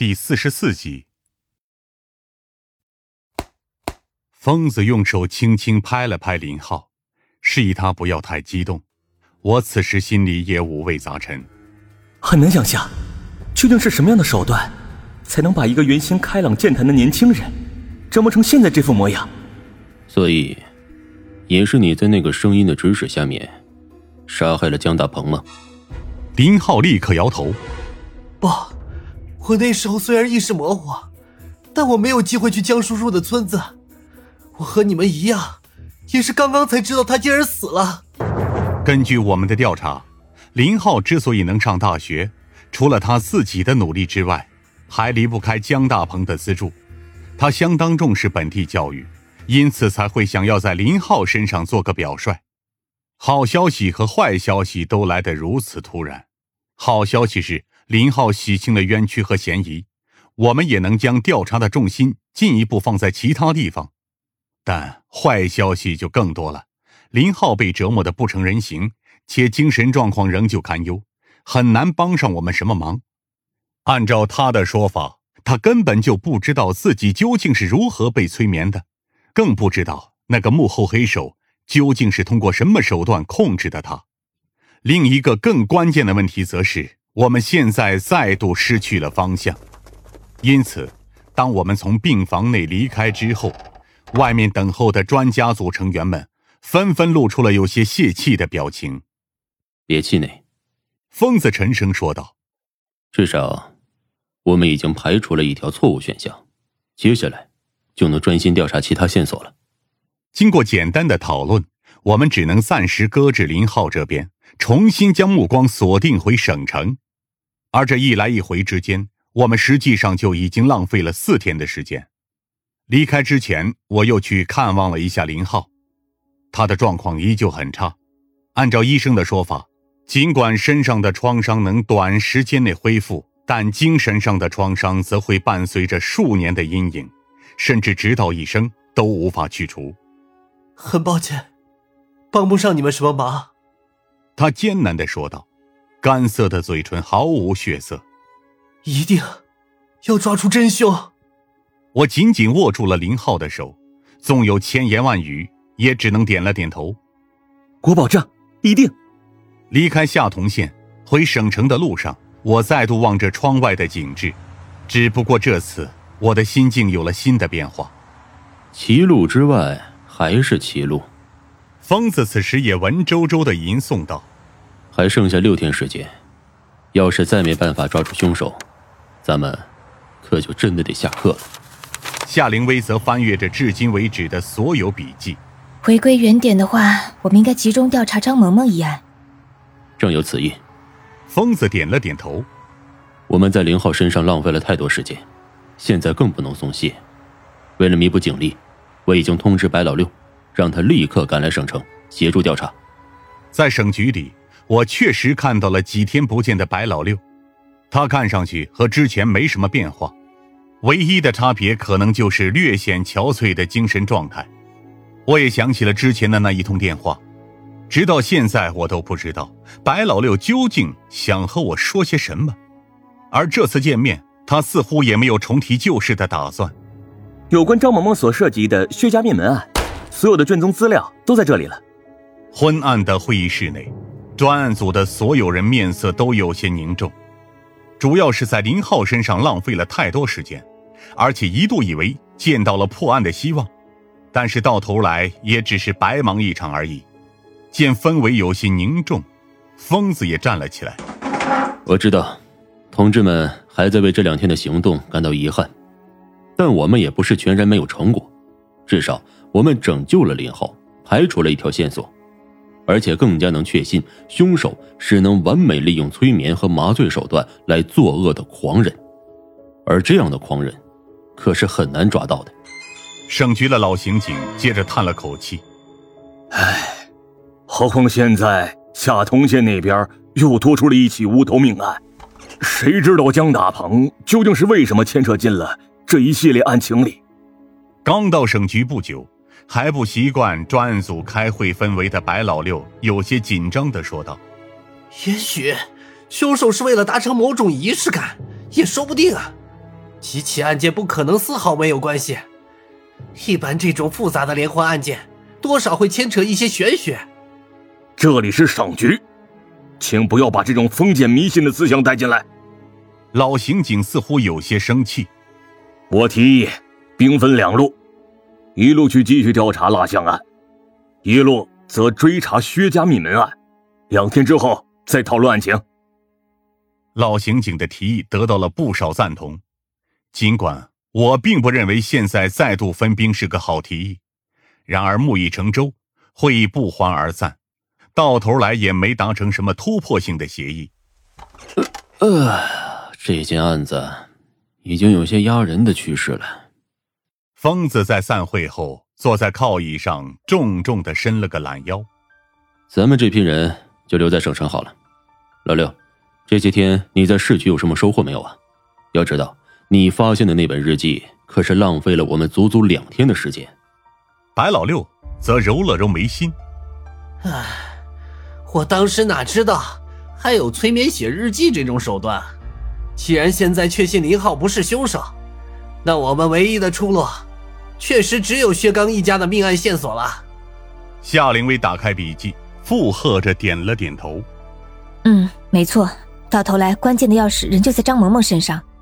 第44集。疯子用手轻轻拍了拍林浩，示意他不要太激动。我此时心里也五味杂陈， 很难想象究竟是什么样的手段才能把一个原先开朗健谈的年轻人折磨成现在这副模样。 所以也是你在那个声音的指使下面杀害了江大鹏吗？ 林浩立刻摇头， 不，我那时候虽然意识模糊，但我没有机会去江叔叔的村子，我和你们一样，也是刚刚才知道他竟然死了。 根据我们的调查，林浩之所以能上大学，除了他自己的努力之外，还离不开江大鹏的资助。他相当重视本地教育，因此才会想要在林浩身上做个表率。好消息和坏消息都来得如此突然。好消息是林浩洗清了冤屈和嫌疑，我们也能将调查的重心进一步放在其他地方。但坏消息就更多了，林浩被折磨得不成人形，且精神状况仍旧堪忧，很难帮上我们什么忙。按照他的说法，他根本就不知道自己究竟是如何被催眠的，更不知道那个幕后黑手究竟是通过什么手段控制的他。另一个更关键的问题则是，我们现在再度失去了方向。因此，当我们从病房内离开之后，外面等候的专家组成员们纷纷露出了有些泄气的表情。 别气馁， 疯子沉声说道， 至少我们已经排除了一条错误选项，接下来就能专心调查其他线索了。 经过简单的讨论，我们只能暂时搁置林浩这边，重新将目光锁定回省城。而这一来一回之间，我们实际上就已经浪费了4天的时间。离开之前，我又去看望了一下林浩，他的状况依旧很差。按照医生的说法，尽管身上的创伤能短时间内恢复，但精神上的创伤则会伴随着数年的阴影，甚至直到一生都无法去除。 很抱歉，帮不上你们什么忙。 他艰难地说道，干涩的嘴唇毫无血色。 一定要抓出真凶。 我紧紧握住了林浩的手，纵有千言万语，也只能点了点头。 我保证，一定。 离开下同县回省城的路上，我再度望着窗外的景致，只不过这次我的心境有了新的变化。 歧路之外还是歧路。 疯子此时也文绉绉地吟诵道， 还剩下6天时间，要是再没办法抓住凶手，咱们可就真的得下课了。 夏灵薇则翻阅着至今为止的所有笔记。 回归原点的话，我们应该集中调查张萌萌一案。 正有此意。 疯子点了点头。 我们在林浩身上浪费了太多时间，现在更不能松懈。为了弥补警力，我已经通知白老六，让他立刻赶来省城协助调查。 在省局里，我确实看到了几天不见的白老六，他看上去和之前没什么变化，唯一的差别可能就是略显憔悴的精神状态。我也想起了之前的那一通电话，直到现在我都不知道白老六究竟想和我说些什么。而这次见面，他似乎也没有重提旧事的打算。 有关张萌萌所涉及的薛家灭门案，所有的卷宗资料都在这里了。 昏暗的会议室内，专案组的所有人面色都有些凝重，主要是在林浩身上浪费了太多时间，而且一度以为见到了破案的希望，但是到头来也只是白忙一场而已。见氛围有些凝重，疯子也站了起来。 我知道同志们还在为这2天的行动感到遗憾，但我们也不是全然没有成果，至少我们拯救了林浩，排除了一条线索，而且更加能确信凶手是能完美利用催眠和麻醉手段来作恶的狂人，而这样的狂人可是很难抓到的。 省局的老刑警接着叹了口气， 何况现在下通县那边又多出了一起无头命案，谁知道江大鹏究竟是为什么牵扯进了这一系列案情里。 刚到省局不久，还不习惯专案组开会氛围的白老六有些紧张地说道， 也许凶手是为了达成某种仪式感，也说不定啊。 几起案件不可能丝毫没有关系。一般这种复杂的连环案件，多少会牵扯一些玄学。 这里是省局，请不要把这种封建迷信的思想带进来。 老刑警似乎有些生气。 我提议兵分两路，一路去继续调查蜡像案，一路则追查薛家灭门案，2天之后再讨论案情。 老刑警的提议得到了不少赞同，尽管我并不认为现在再度分兵是个好提议，然而木已成舟，会议不欢而散，到头来也没达成什么突破性的协议。 这件案子已经有些压人的趋势了。 疯子在散会后坐在靠椅上，重重地伸了个懒腰。 咱们这批人就留在省城好了。老六，这些天你在市局有什么收获没有啊？要知道你发现的那本日记可是浪费了我们足足2天的时间。 白老六则揉了揉眉心。 我当时哪知道还有催眠写日记这种手段。既然现在确信林浩不是凶手，那我们唯一的出路确实只有薛刚一家的命案线索了。 夏灵薇打开笔记，附和着点了点头。 没错，到头来关键的钥匙仍旧在张萌萌身上。